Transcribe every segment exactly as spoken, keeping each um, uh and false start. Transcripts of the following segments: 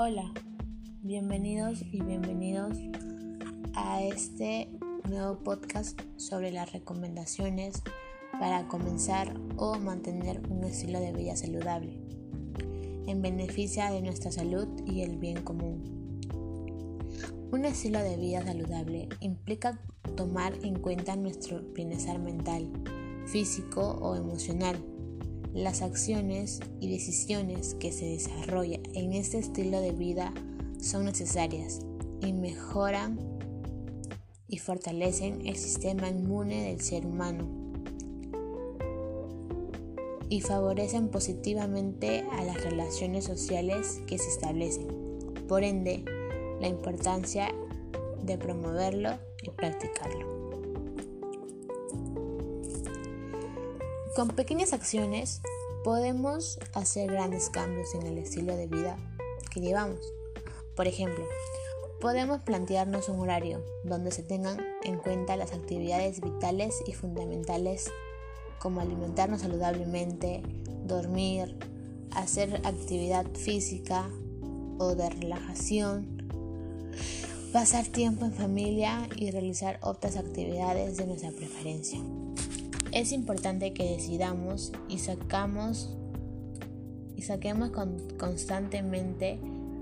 Hola, bienvenidos y bienvenidos a este nuevo podcast sobre las recomendaciones para comenzar o mantener un estilo de vida saludable en beneficio de nuestra salud y el bien común. Un estilo de vida saludable implica tomar en cuenta nuestro bienestar mental, físico o emocional. Las acciones y decisiones que se desarrollan en este estilo de vida son necesarias y mejoran y fortalecen el sistema inmune del ser humano y favorecen positivamente a las relaciones sociales que se establecen. Por ende, la importancia de promoverlo y practicarlo. Con pequeñas acciones podemos hacer grandes cambios en el estilo de vida que llevamos. Por ejemplo, podemos plantearnos un horario donde se tengan en cuenta las actividades vitales y fundamentales como alimentarnos saludablemente, dormir, hacer actividad física o de relajación, pasar tiempo en familia y realizar otras actividades de nuestra preferencia. Es importante que decidamos y sacamos y saquemos con, constantemente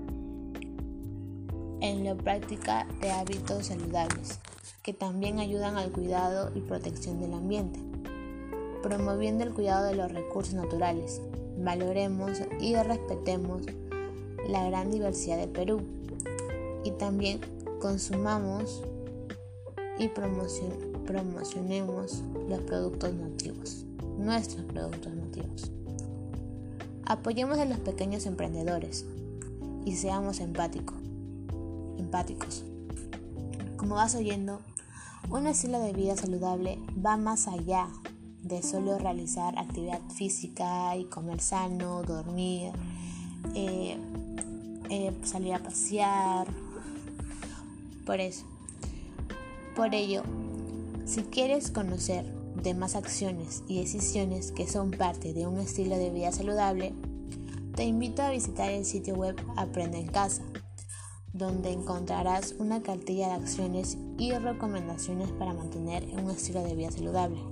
en la práctica de hábitos saludables que también ayudan al cuidado y protección del ambiente, promoviendo el cuidado de los recursos naturales. Valoremos y respetemos la gran diversidad de Perú y también consumamos y promocionemos promocionemos los productos nativos, nuestros productos nativos. Apoyemos a los pequeños emprendedores y seamos empáticos. empáticos. Como vas oyendo, un estilo de vida saludable va más allá de solo realizar actividad física y comer sano, dormir, eh, eh, salir a pasear. Por eso, por ello, si quieres conocer de más acciones y decisiones que son parte de un estilo de vida saludable, te invito a visitar el sitio web Aprende en Casa, donde encontrarás una cartilla de acciones y recomendaciones para mantener un estilo de vida saludable.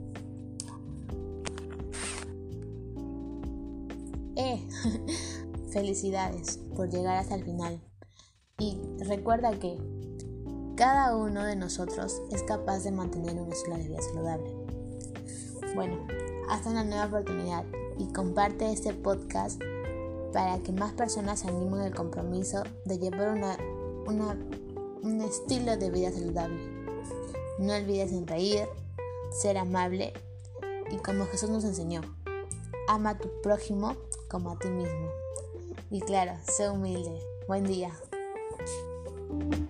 ¡Eh! Felicidades por llegar hasta el final. Y recuerda que cada uno de nosotros es capaz de mantener un estilo de vida saludable. Bueno, hasta una nueva oportunidad y comparte este podcast para que más personas se animen al compromiso de llevar una, una, un estilo de vida saludable. No olvides sonreír, ser amable y como Jesús nos enseñó, ama a tu prójimo como a ti mismo. Y claro, sé humilde. Buen día.